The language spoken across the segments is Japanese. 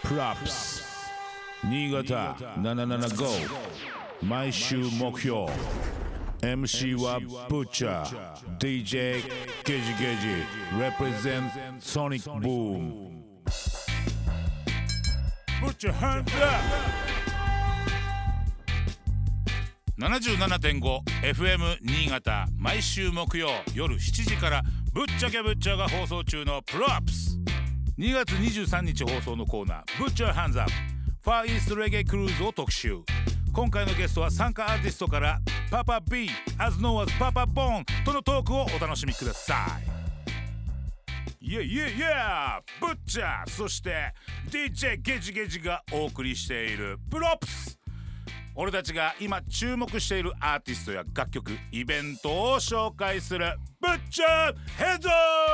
プラップス新潟775毎週目標 MC はブッチャー DJ ゲジゲジ represent Sonic Boom ブッチャーハンズアップ 77.5FM 新潟毎週木曜夜7時からぶっちゃけぶっちゃが放送中のプロアップス2月23日放送のコーナーブッチャーハンズアップファーイーストレゲエクルーズを特集。今回のゲストは参加アーティストからパパ B as known as パパボーンとのトークをお楽しみください。イエイイエイイエイブッチャーそして DJ ゲジゲジがお送りしているプロアップス、俺たちが今注目しているアーティストや楽曲イベントを紹介するブッチャーヘッド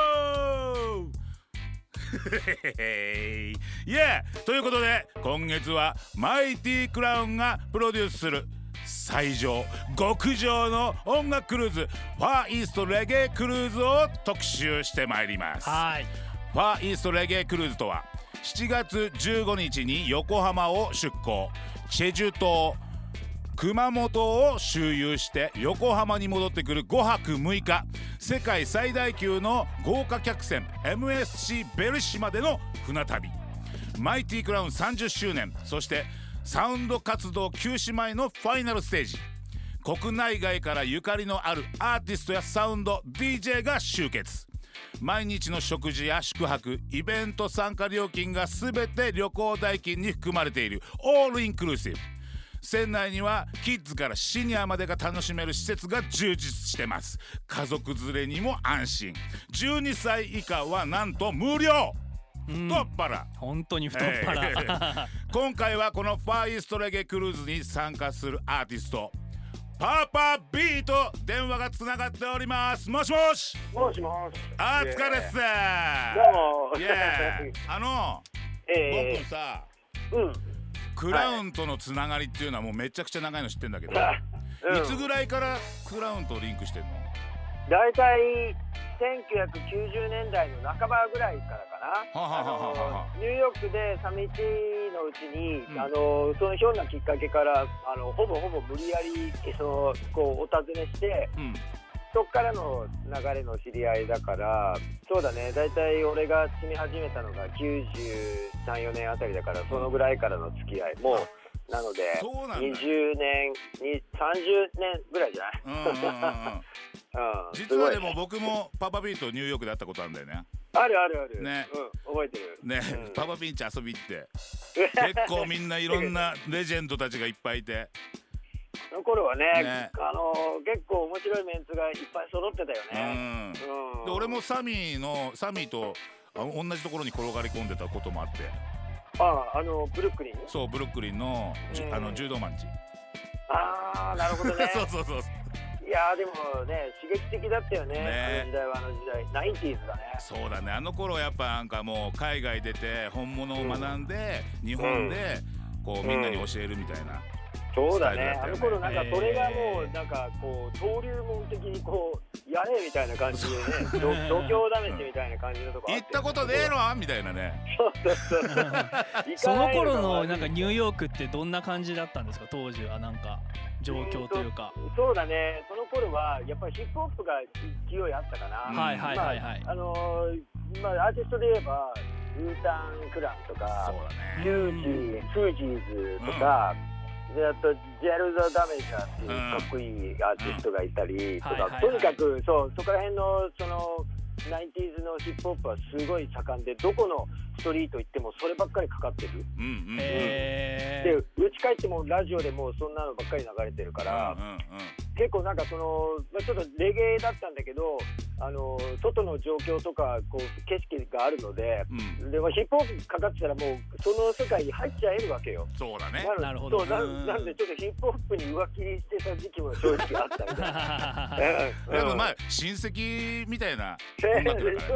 イエーということで今月はマイティクラウンがプロデュースする最上極上の音楽クルーズファーイーストレゲエクルーズを特集してまいります。 はい、 ファーイーストレゲエクルーズとは7月15日に横浜を出港、チェジュ島熊本を周遊して横浜に戻ってくる5泊6日世界最大級の豪華客船 MSC ベルシマでの船旅、マイティクラウン30周年、そしてサウンド活動休止前のファイナルステージ、国内外からゆかりのあるアーティストやサウンド DJ が集結。毎日の食事や宿泊イベント参加料金が全て旅行代金に含まれているオールインクルーシブ。船内にはキッズからシニアまでが楽しめる施設が充実してます。家族連れにも安心、12歳以下はなんと無料、太っ腹、 本当に太っ腹今回はこのファーイーストレゲエクルーズに参加するアーティストパパ B と電話がつながっております。もしもし。 もしもし。 あつかです。 どうも。 僕さ、クラウンとのつながりっていうのはもうめちゃくちゃ長いの知ってんだけど、いつぐらいからクラウンとリンクしてんの？ だいたい1990年代の半ばぐらいからかな。ニューヨークでサミッチのうちに、そのひょんなきっかけからほぼ無理やりこうお尋ねして、そっからの流れの知り合いだから、そうだね、だいたい俺が住み始めたのが93、4年あたりだから、そのぐらいからの付き合いもなので20年30年ぐらいじゃない？ 実はでも僕もパパビーとニューヨークで会ったことあるんだよね。 あるね、 覚えてるね、パパビーンチ遊び行って結構みんないろんなレジェンドたちがいっぱいいて、 その頃はね、結構面白いメンツがいっぱい揃ってたよね。 で俺もサミーと同じところに転がり込んでたこともあって、 ブルックリン？ そう、ブルックリンの柔道マンチ。 なるほどねそういやでもね、刺激的だったよね、あの時代ナインティーズだね。 そうだね、あの頃やっぱなんかもう海外出て本物を学んで、日本でこうみんなに教えるみたいな、 そうだね、あの頃なんかそれがもうなんかこう登竜門的にこうやれみたいな感じでね度胸試しみたいな感じのとこ行ったことねえのみたいなね。 そうその頃のなんかニューヨークってどんな感じだったんですか、当時は。なんか状況というか。 そうだね、その頃はやっぱりヒップホップが勢いあったかな。 はいアーティストで言えばウータンクランとか、フージーズとか、であとジェルザ・ダメジャーっていうかっこいいアーティストがいたりとか、とにかくそこら辺のそのナインティーズのヒップホップはすごい盛んで、どこのストリート行ってもそればっかりかかってる。で家帰ってもラジオでもうそんなのばっかり流れてるから、結構なんかそのちょっとレゲエだったんだけど、外の状況とかこう景色があるので、でもヒップホップかかってたらもうその世界に入っちゃえるわけよ。 そうだね。 なるほど。 なんでちょっとヒップホップに浮気してた時期も正直あったみたいな。 でもまあ親戚みたいな音楽だからね。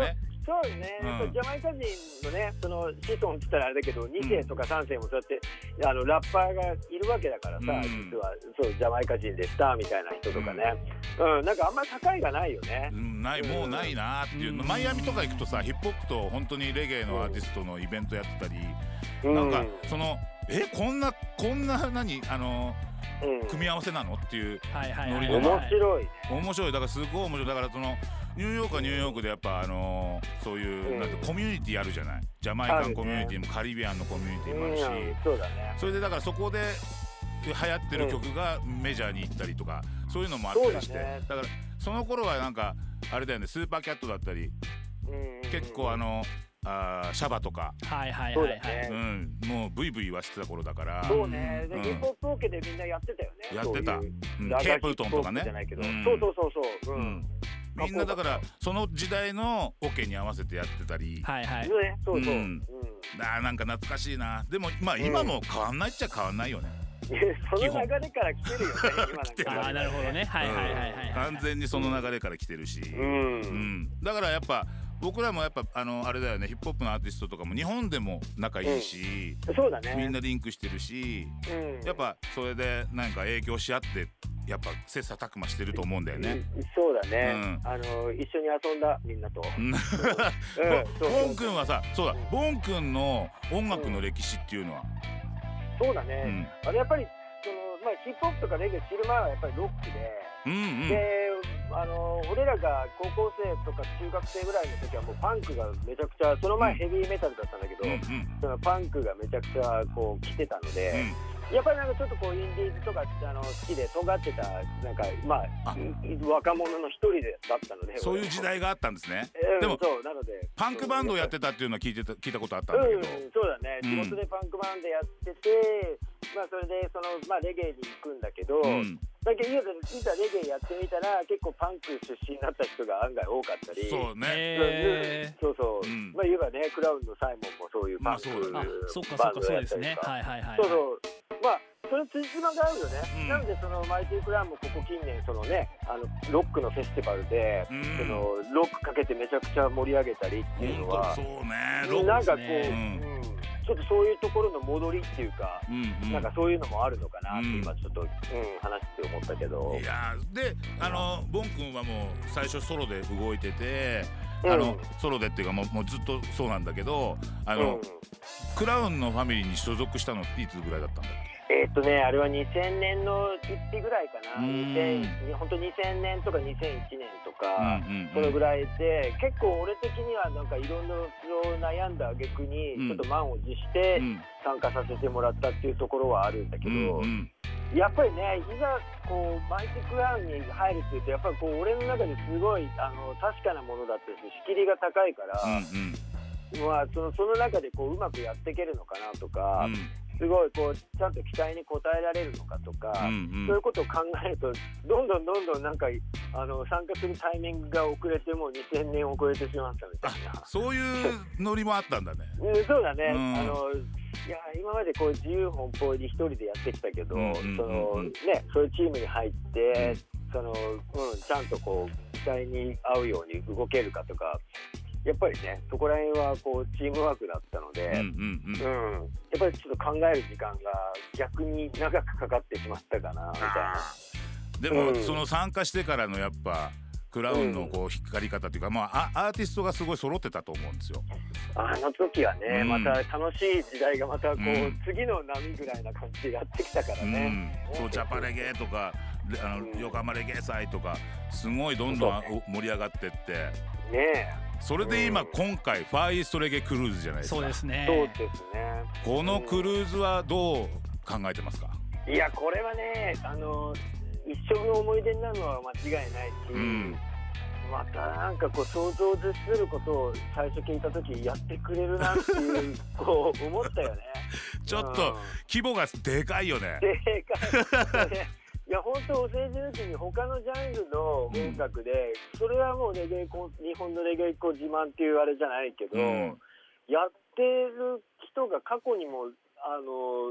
そうね、ジャマイカ人のね、その子孫って言ったらあれだけど、2世とか3世もそうやってラッパーがいるわけだからさ、実はそうジャマイカ人でスターみたいな人とかね、なんかあんまり境がないよね。 ない、もうないなっていう、マイアミとか行くとさ、ヒップホップと本当にレゲエのアーティストのイベントやってたり、なんかそのこんな何組み合わせなのっていうノリの面白いね。 面白い、だからすごい面白い。だからそのニューヨークはニューヨークでやっぱそういうなんかコミュニティあるじゃない。ジャマイカンコミュニティもカリビアンのコミュニティもあるし、 そうだね。 それでだからそこで流行ってる曲がメジャーに行ったりとか、そういうのもあったりして、だからその頃はなんかあれだよね、スーパーキャットだったり、結構シャバとか、もうブイブイはしてた頃だから。 そうね、ヒップホップオケでみんなやってたよね。 やってた。ケープルトンとかね。そう。みんなだからその時代のオケに合わせてやってたり。 そう。 なんか懐かしいな。でもまあ今も変わんないっちゃ変わんないよね。 その流れから来てるよね、今なんか。 なるほどね。 完全にその流れから来てるし。だからやっぱ僕らもやっぱあれだよね、ヒップホップのアーティストとかも日本でも仲いいし、 そうだね、 みんなリンクしてるし、やっぱそれでなんか影響し合ってやっぱ切磋琢磨してると思うんだよね。 そうだね、一緒に遊んだみんなと。 ボン君はさ、そうだ、ボン君の音楽の歴史っていうのは。 そうだね、やっぱりヒップホップとかレゲエ知る前はやっぱりロックで、俺らが高校生とか中学生ぐらいの時はもうパンクがめちゃくちゃ、その前ヘビーメタルだったんだけど、そのパンクがめちゃくちゃこう来てたので、やっぱりなんかちょっとこうインディーズとか好きで尖ってたなんか若者の一人だったので、 そういう時代があったんですね。でもそうなのでパンクバンドをやってたっていうのは聞いたことあったんだけど、 そうだね、仕事でパンクバンドやってて、それでレゲエに行くんだけど、だけどいざレゲエやってみたら結構パンク出身になった人が案外多かったり、 そうね、そう言えばね、クラウンのサイモンもそういうパンクバンドやったりとか、それつじつまがあるよね。なのでマイティクラウンもここ近年ロックのフェスティバルでロックかけてめちゃくちゃ盛り上げたりっていうのは、なんかこうちょっとそういうところの戻りっていうか、なんかそういうのもあるのかなって今ちょっと話して思ったけど。 いやでボン君はもう最初ソロで動いてて、ソロでっていうかもうずっとそうなんだけど、クラウンのファミリーに所属したのっていつぐらいだったんだっけ？ あれは2000年の1日ぐらいかな。本当2000年とか2001年とかそのぐらいで、結構俺的にはなんかいろんな悩んだ挙句にちょっと満を持して参加させてもらったっていうところはあるんだけど、やっぱりね、いざこうマイティクラウンに入るっていうと、やっぱりこう俺の中ですごい確かなものだったし、仕切りが高いから、その中でこううまくやっていけるのかなとか、すごいこうちゃんと期待に応えられるのかとか、そういうことを考えるとどんどんなんか参加するタイミングが遅れてもう2000年を超えてしまったみたいな、 そういうノリもあったんだね。 そうだね、いや今までこう自由奔放に一人でやってきたけど、そういうチームに入って、ちゃんとこう期待に合うように動けるかとか、やっぱりね、そこら辺はこうチームワークだったので、やっぱりちょっと考える時間が逆に長くかかってしまったかなみたいな。 でも、その参加してからのやっぱクラウンのこう光り方っていうか、アーティストがすごい揃ってたと思うんですよ。 あの時はね、また楽しい時代がまたこう、次の波ぐらいな感じでやってきたからね。 そうジャパレゲとか横浜レゲエ祭とかすごいどんどん盛り上がってってね。それで今回ファーイーストレゲクルーズじゃないですか。 そうですね。 そうですね。 このクルーズはどう考えてますか？ いや、これはね、一生の思い出になるのは間違いないし、またなんかこう想像を絶することを最初聞いた時やってくれるなっていうこう思ったよね。 ちょっと規模がでかいよね。 でかい。いや本当お世辞抜きに他のジャンルの音楽で、それはもうレゲエ日本のレゲエ自慢っていうあれじゃないけど、やってる人が過去にも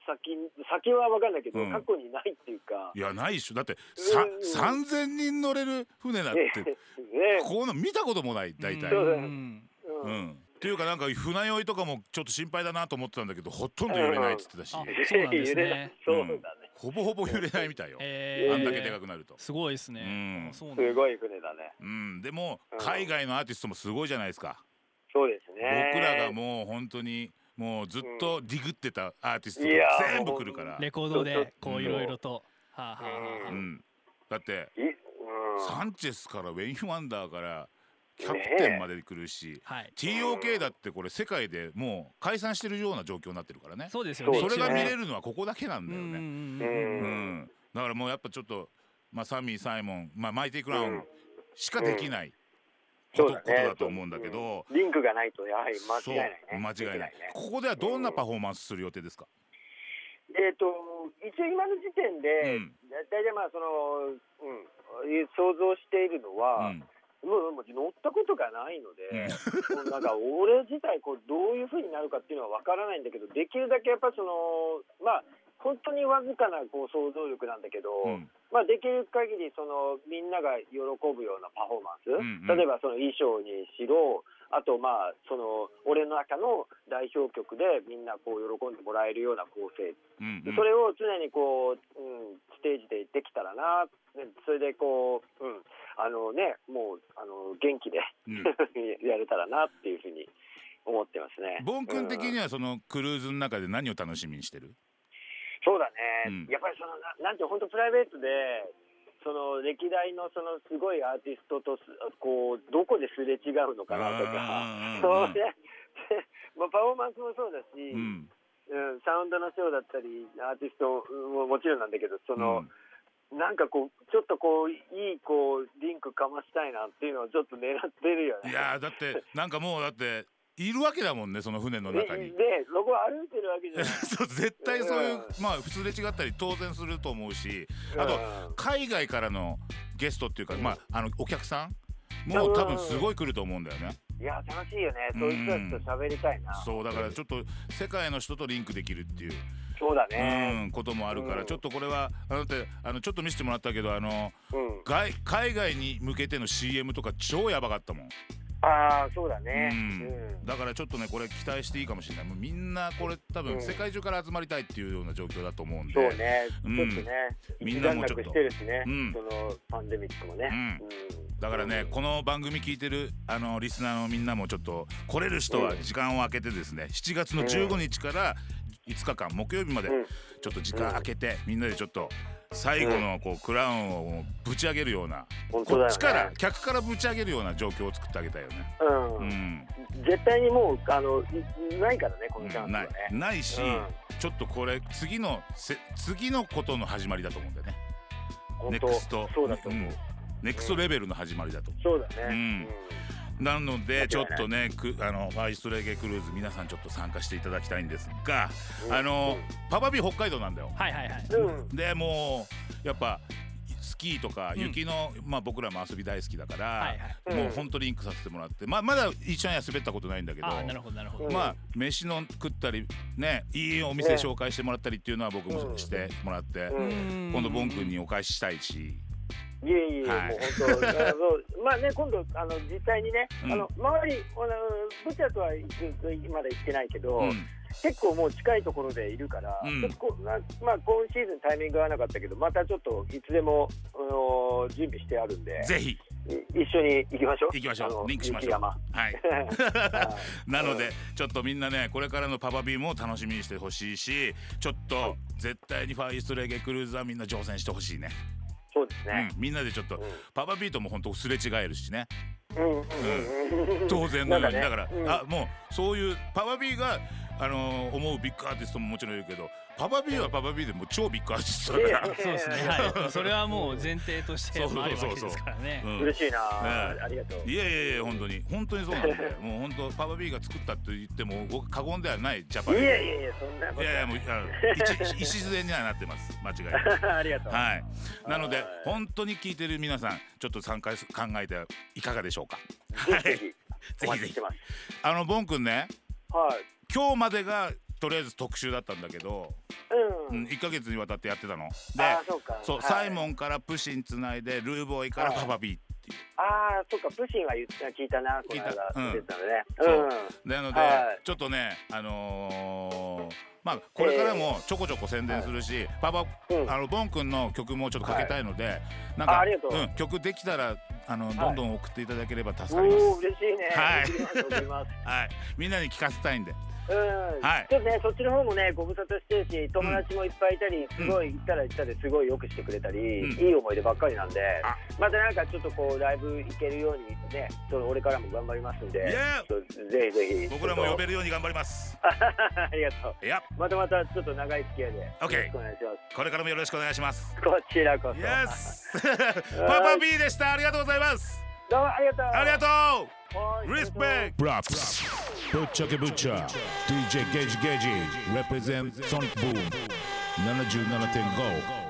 先は分かんないけど、過去にないっていうか。 いやないっしょ。だって3000人乗れる船だってこんな見たこともない大体。っていうかなんか船酔いとかもちょっと心配だなと思ってたんだけど、ほとんど揺れないっつってたし、 そうなんですね。 ほぼほぼ揺れないみたいよ。あんだけでかくなるとすごいですね。 すごい船だね。 でも海外のアーティストもすごいじゃないですか。 そうですね。 僕らがもう本当にもうずっとディグってたアーティストが全部来るから、 レコードでこういろいろと。 だってサンチェスからウェイン・ワンダーからキャプテンまで来るし、TOK だってこれ世界でもう解散してるような状況になってるからね。 そうですよね。 それが見れるのはここだけなんだよね。だからもうやっぱちょっとサミー・サイモン、マイティ・クラウンしかできないことだと思うんだけど、 リンクがないとやはり間違いないね。 間違いない。ここではどんなパフォーマンスする予定ですか？ 一応今の時点で大体想像しているのは、もう乗ったことがないので、なんか俺自体どういう風になるかっていうのは分からないんだけど、できるだけやっぱ本当にわずかな想像力なんだけど、できる限りみんなが喜ぶようなパフォーマンス、例えば衣装にしろ、あと俺の中の代表曲でみんな喜んでもらえるような構成、それを常にステージでできたらな、それでもう元気でやれたらなっていうふうに思ってますね。 ボン君的にはそのクルーズの中で何を楽しみにしてる？ そうだね、やっぱりなんて本当プライベートで歴代のすごいアーティストとどこですれ違うのかなとか、パフォーマンスもそうだし、サウンドのショーだったりアーティストももちろんなんだけど、なんかちょっといいリンクかましたいなっていうのをちょっと狙ってるよね。 いやだってなんかもうだっているわけだもんね、その船の中に。 でそこ歩いてるわけじゃないそう絶対そういう普通で違ったり当然すると思うし、あと海外からのゲストっていうかお客さんも多分すごい来ると思うんだよね。 いや楽しいよね、そういう人たちと喋りたいな。 そうだからちょっと世界の人とリンクできるっていうそうだねこともあるから、ちょっとこれはちょっと見せてもらったけど海外に向けての CM とか超やばかったもん。 そうだね、 だからちょっとねこれ期待していいかもしれない。もうみんなこれ多分世界中から集まりたいっていうような状況だと思うんで、 そうね、ちょっとねみんなもちょっとしてるしね、パンデミックもね、 だからねこの番組聞いてるリスナーのみんなもちょっと来れる人は時間を空けてですね、7月の15日から5日間木曜日までちょっと時間空けてみんなでちょっと最後のクラウンをぶち上げるような、こっちから客からぶち上げるような状況を作ってあげたいよね。 絶対にもうないからねこのチャンスはね。 ないし、ちょっとこれ次のことの始まりだと思うんだよね。ネクストそうだと思う。 ネクストレベルの始まりだと思う。 そうだね。 なのでちょっとねファイストレゲクルーズ皆さんちょっと参加していただきたいんですが、パパビ北海道なんだよ。でもうやっぱスキーとか雪の僕らも遊び大好きだからもうほんとリンクさせてもらって、まだ一緒には滑ったことないんだけど、飯の食ったりねいいお店紹介してもらったりっていうのは僕もしてもらって今度ボン君にお返ししたいし。 いえ、もう本当今度実際にね周りブチャとはまだ行ってないけど、結構もう近いところでいるから、今シーズンタイミング合わなかったけどまたちょっといつでも準備してあるんで、 ぜひ一緒に行きましょう。 リンクしましょう。なのでちょっとみんなねこれからのパパビーも楽しみにしてほしいし、ちょっと絶対にファイストレゲクルーズはみんな挑戦してほしいね。 そうですね、 みんなでちょっとパパビートも本当すれ違えるしね、当然のようにだからもうそういうパパビーが思うビッグアーティストももちろんいるけど、パパビーはパパビーでも超ビッグアーティストだから。 そうですね、それはもう前提としてあるわけですからね。 嬉しいな、ありがとう。 いや本当にそうなんでもう本当パパビーが作ったと言っても僕過言ではないジャパン。 いやそんなこと。 いやもう礎にはなってます、間違いなく。 ありがとう。 なので本当に聞いてる皆さんちょっと参加考えていかがでしょうか。 ぜひボン君ね、今日までがとりあえず特集だったんだけど、1ヶ月にわたってやってたので、そうサイモンからプシンつないでルーボーイからパパ B っていう。 そうか、プシンは聞いたな、この間出てたのね。 なのでちょっとねまあこれからもちょこちょこ宣伝するし、ボン君の曲もちょっとかけたいので、なんか曲できたらどんどん送っていただければ助かります。 嬉しいね。 はい、みんなに聞かせたいんで。 ちょっとね、そっちの方もね、ご無沙汰してるし、友達もいっぱいいたり、すごい行ったら行ったですごいよくしてくれたり、いい思い出ばっかりなんで、またなんかちょっとこうライブ行けるようにね、俺からも頑張りますんで、ぜひぜひ僕らも呼べるように頑張ります。 ありがとう。またちょっと長い付き合いでよろしくお願いします。 これからもよろしくお願いします。 こちらこそ。パパ B でした。ありがとうございます。 どうもありがとう。 ありがとう。Respect. Props. Butcher Butcher. DJ Gage Gage. Represent Sonic Boom. 77.5